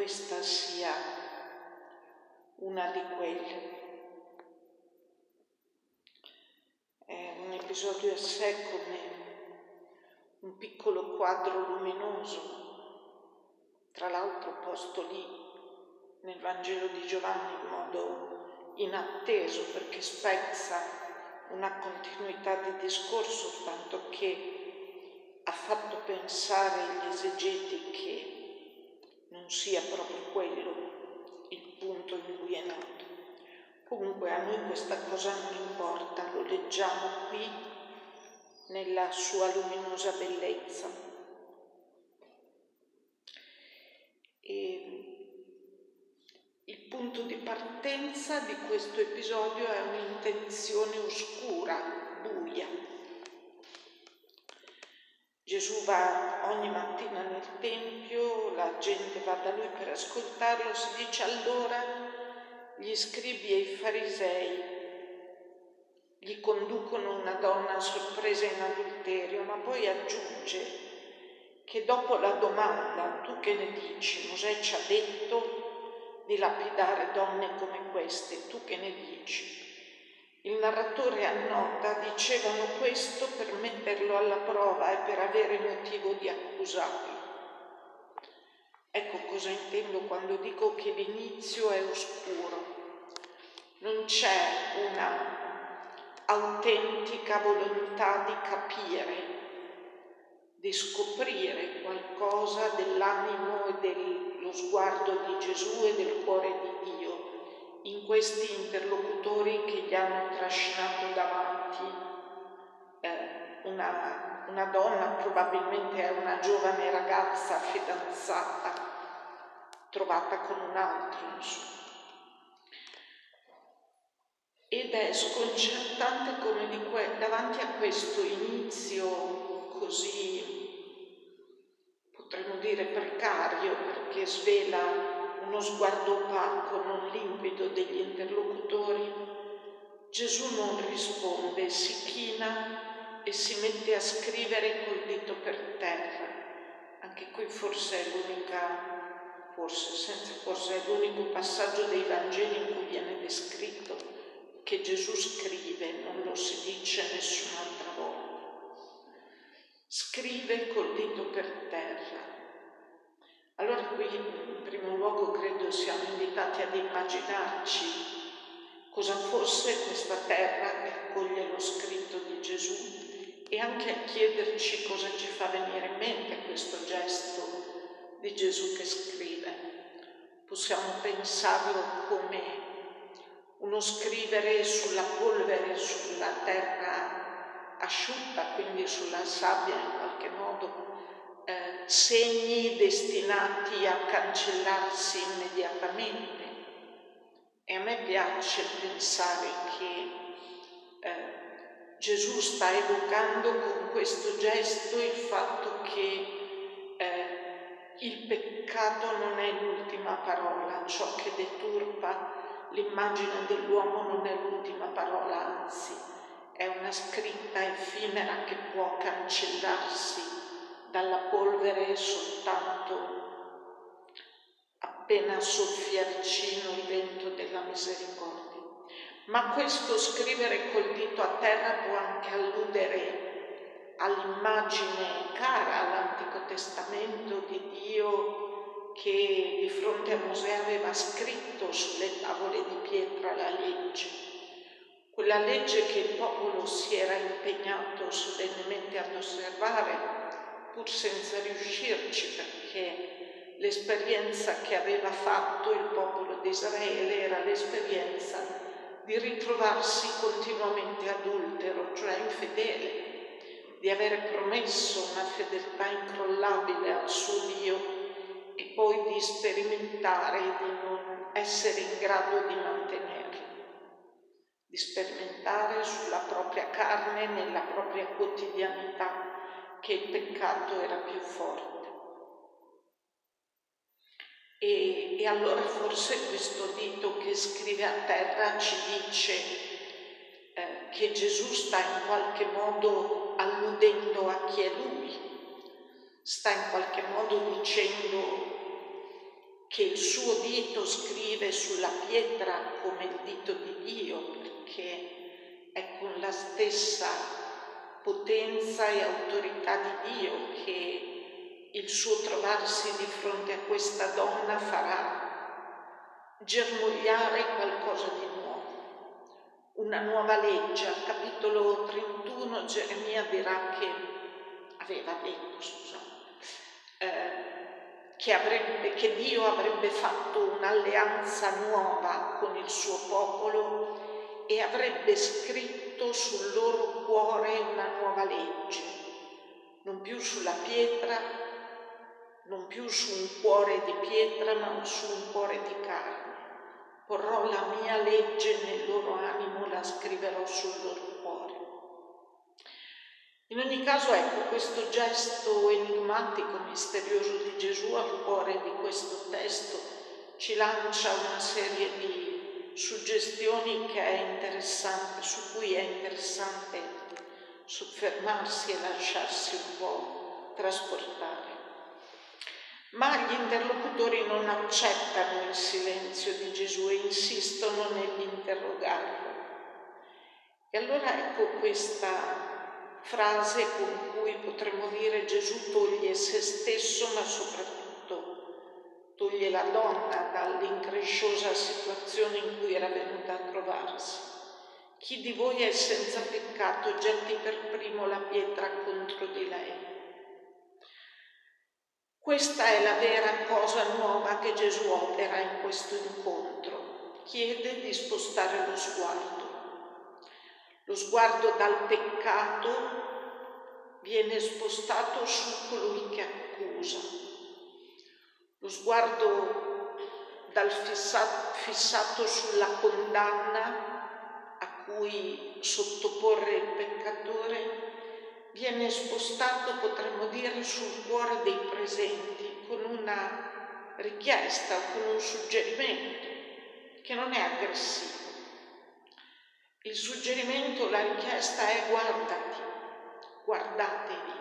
questa sia una di quelle. È un episodio a sé come un piccolo quadro luminoso, tra l'altro posto lì nel Vangelo di Giovanni in modo inatteso, perché spezza una continuità di discorso, tanto che ha fatto pensare agli esegeti che non sia proprio quello il punto in cui è nato. Comunque a noi questa cosa non importa, lo leggiamo qui nella sua luminosa bellezza. E il punto di partenza di questo episodio è un'intenzione oscura, buia. Gesù va ogni mattina nel Tempio, la gente va da lui per ascoltarlo, si dice allora gli scribi e i farisei gli conducono una donna sorpresa in adulterio, ma poi aggiunge che dopo la domanda «Tu che ne dici? Mosè ci ha detto di lapidare donne come queste, tu che ne dici?» Il narratore annota, dicevano questo per metterlo alla prova e per avere motivo di accusarlo. Ecco cosa intendo quando dico che l'inizio è oscuro. Non c'è una autentica volontà di capire, di scoprire qualcosa dell'animo e dello sguardo di Gesù e del cuore di Dio in questi interlocutori che gli hanno trascinato davanti una donna, probabilmente è una giovane ragazza fidanzata, trovata con un altro, insomma. Ed è sconcertante come davanti a questo inizio così, potremmo dire precario, perché svela uno sguardo opaco, non limpido degli interlocutori, Gesù non risponde, si china e si mette a scrivere col dito per terra. Anche qui forse è l'unico passaggio dei Vangeli in cui viene descritto che Gesù scrive, non lo si dice nessun'altra volta. Scrive col dito per terra. Allora qui in primo luogo credo siamo invitati ad immaginarci cosa fosse questa terra che accoglie lo scritto di Gesù e anche a chiederci cosa ci fa venire in mente questo gesto di Gesù che scrive. Possiamo pensarlo come uno scrivere sulla polvere, sulla terra asciutta, quindi sulla sabbia in qualche modo, segni destinati a cancellarsi immediatamente. E a me piace pensare che Gesù sta evocando con questo gesto il fatto che il peccato non è l'ultima parola, ciò che deturpa l'immagine dell'uomo non è l'ultima parola, anzi è una scritta effimera che può cancellarsi dalla polvere soltanto appena soffia vicino il vento della misericordia. Ma questo scrivere col dito a terra può anche alludere all'immagine cara all'Antico Testamento di Dio che di fronte a Mosè aveva scritto sulle tavole di pietra la legge. Quella legge che il popolo si era impegnato solennemente ad osservare, pur senza riuscirci, perché l'esperienza che aveva fatto il popolo di Israele era l'esperienza di ritrovarsi continuamente adultero, cioè infedele, di avere promesso una fedeltà incrollabile al suo Dio e poi di sperimentare di non essere in grado di mantenerlo, di sperimentare sulla propria carne, nella propria quotidianità, che il peccato era più forte. E allora forse questo dito che scrive a terra ci dice che Gesù sta in qualche modo alludendo a chi è Lui, sta in qualche modo dicendo che il suo dito scrive sulla pietra come il dito di Dio, perché è con la stessa potenza e autorità di Dio che il suo trovarsi di fronte a questa donna farà germogliare qualcosa di nuovo, una nuova legge. Al capitolo 31 Geremia dirà che aveva detto, che Dio avrebbe fatto un'alleanza nuova con il suo popolo e avrebbe scritto sul loro cuore una nuova legge, non più sulla pietra, non più su un cuore di pietra, ma su un cuore di carne. Porrò la mia legge nel loro animo, la scriverò sul loro cuore. In ogni caso, ecco, questo gesto enigmatico, misterioso di Gesù al cuore di questo testo ci lancia una serie di suggestioni che è interessante, su cui è interessante soffermarsi e lasciarsi un po' trasportare. Ma gli interlocutori non accettano il silenzio di Gesù e insistono nell'interrogarlo. E allora ecco questa frase con cui potremmo dire Gesù toglie se stesso, ma soprattutto toglie la donna dall'incresciosa situazione in cui era venuta a trovarsi. Chi di voi è senza peccato getti per primo la pietra contro di lei. Questa è la vera cosa nuova che Gesù opera in questo incontro. Chiede di spostare lo sguardo dal peccato viene spostato su colui che accusa. Lo sguardo fissato sulla condanna a cui sottoporre il peccatore viene spostato, potremmo dire, sul cuore dei presenti con una richiesta, con un suggerimento che non è aggressivo. Il suggerimento, la richiesta è guardatevi.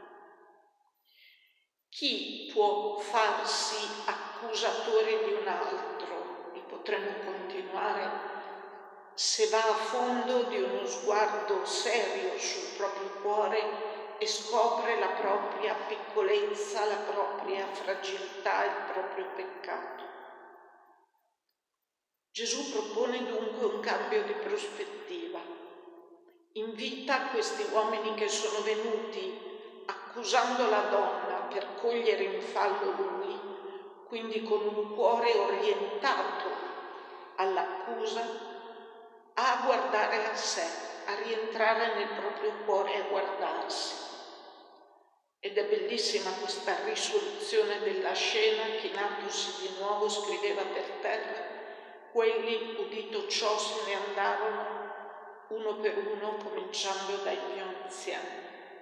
Chi può farsi accusatore di un altro? E potremmo continuare se va a fondo di uno sguardo serio sul proprio cuore e scopre la propria piccolezza, la propria fragilità, il proprio peccato. Gesù propone dunque un cambio di prospettiva. Invita questi uomini che sono venuti accusando la donna per cogliere in fallo lui, quindi con un cuore orientato all'accusa, a guardare a sé, a rientrare nel proprio cuore e a guardarsi. Ed è bellissima questa risoluzione della scena. Chinatosi di nuovo scriveva per terra: quelli, udito ciò, se ne andarono uno per uno, cominciando dai più anziani.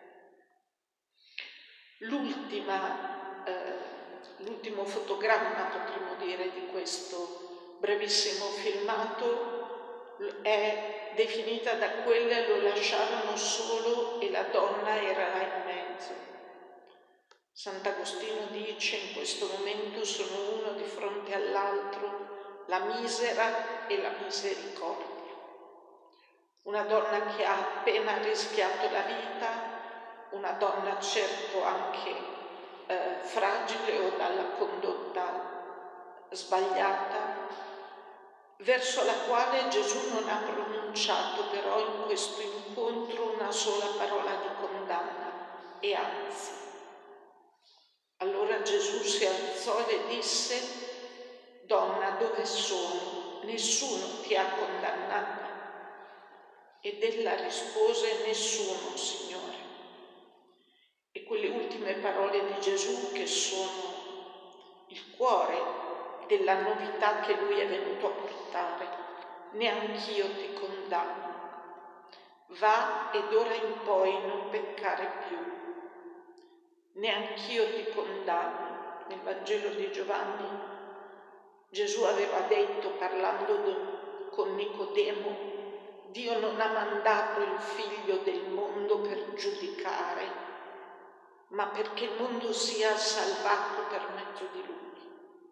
L'ultimo fotogramma, potremmo dire, di questo brevissimo filmato è definita da quelle: lo lasciarono solo e la donna era là in mezzo. Sant'Agostino dice: in questo momento sono uno di fronte all'altro, la misera e la misericordia. Una donna che ha appena rischiato la vita, una donna certo anche fragile o dalla condotta sbagliata, verso la quale Gesù non ha pronunciato però in questo incontro una sola parola di condanna, e anzi. Allora Gesù si alzò e le disse: donna, dove sono? Nessuno ti ha condannata? Ed ella rispose: nessuno, Signore. E quelle ultime parole di Gesù, che sono il cuore della novità che lui è venuto a portare: neanch'io ti condanno. Va e d'ora in poi non peccare più. Neanch'io ti condanno. Nel Vangelo di Giovanni Gesù aveva detto, parlando con Nicodemo: Dio non ha mandato il figlio del mondo per giudicare, ma perché il mondo sia salvato per mezzo di lui.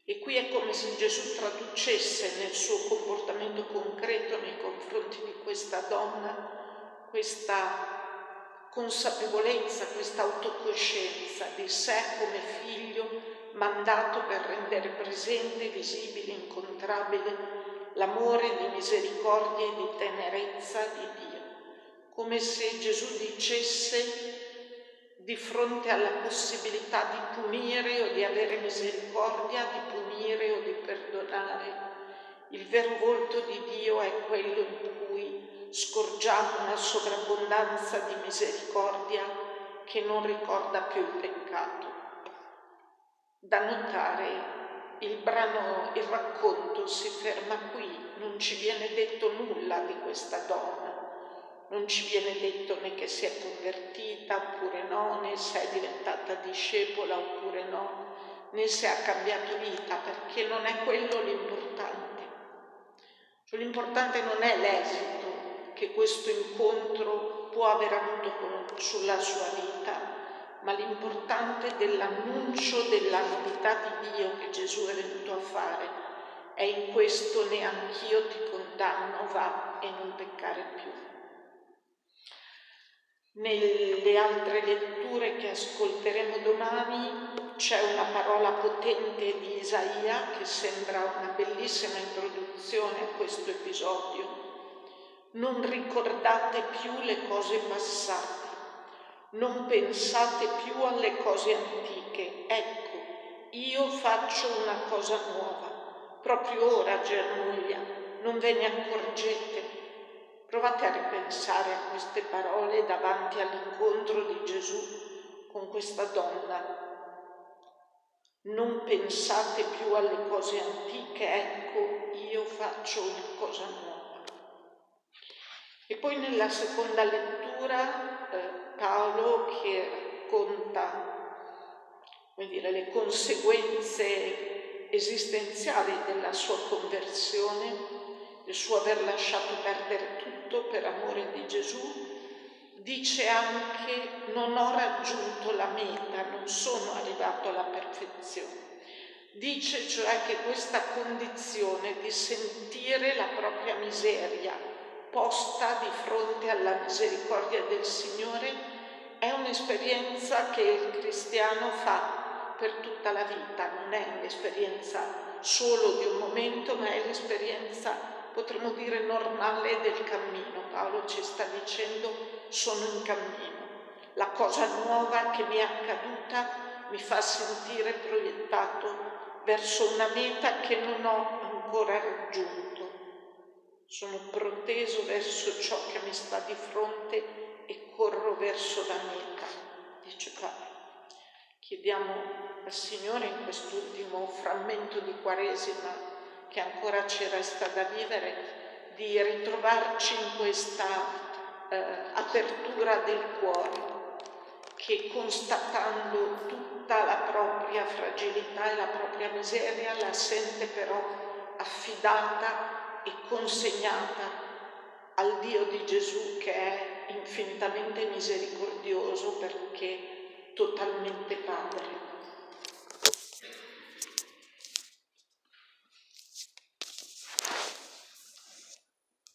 E qui è come se Gesù traducesse nel suo comportamento concreto nei confronti di questa donna questa consapevolezza, questa autocoscienza di sé come figlio mandato per rendere presente, visibile, incontrabile l'amore di misericordia e di tenerezza di Dio. Come se Gesù dicesse, di fronte alla possibilità di punire o di avere misericordia, di punire o di perdonare, il vero volto di Dio è quello in cui scorgiamo una sovrabbondanza di misericordia che non ricorda più il peccato. Da notare, il racconto si ferma qui, non ci viene detto nulla di questa donna. Non ci viene detto né che si è convertita oppure no, né se è diventata discepola oppure no, né se ha cambiato vita, perché non è quello l'importante. Cioè, l'importante non è l'esito che questo incontro può aver avuto sulla sua vita, ma l'importante dell'annuncio della novità di Dio che Gesù è venuto a fare. È in questo neanch'io ti condanno, va e non peccare più. Nelle altre letture che ascolteremo domani c'è una parola potente di Isaia che sembra una bellissima introduzione a questo episodio. Non ricordate più le cose passate, non pensate più alle cose antiche. Ecco, io faccio una cosa nuova, proprio ora germoglia, non ve ne accorgete? Provate a ripensare a queste parole davanti all'incontro di Gesù con questa donna. Non pensate più alle cose antiche, ecco, io faccio una cosa nuova. E poi nella seconda lettura Paolo, che racconta, le conseguenze esistenziali della sua conversione, il suo aver lasciato perdere tutto per amore di Gesù, dice anche: non ho raggiunto la meta, non sono arrivato alla perfezione. Dice cioè che questa condizione di sentire la propria miseria posta di fronte alla misericordia del Signore è un'esperienza che il cristiano fa per tutta la vita, non è un'esperienza solo di un momento, ma è l'esperienza, potremmo dire, normale del cammino. Paolo ci sta dicendo: sono in cammino. La cosa nuova che mi è accaduta mi fa sentire proiettato verso una meta che non ho ancora raggiunto. Sono proteso verso ciò che mi sta di fronte e corro verso la meta, dice Paolo. Chiediamo al Signore in quest'ultimo frammento di Quaresima che ancora ci resta da vivere, di ritrovarci in questa apertura del cuore, che constatando tutta la propria fragilità e la propria miseria la sente però affidata e consegnata al Dio di Gesù, che è infinitamente misericordioso perché totalmente Padre.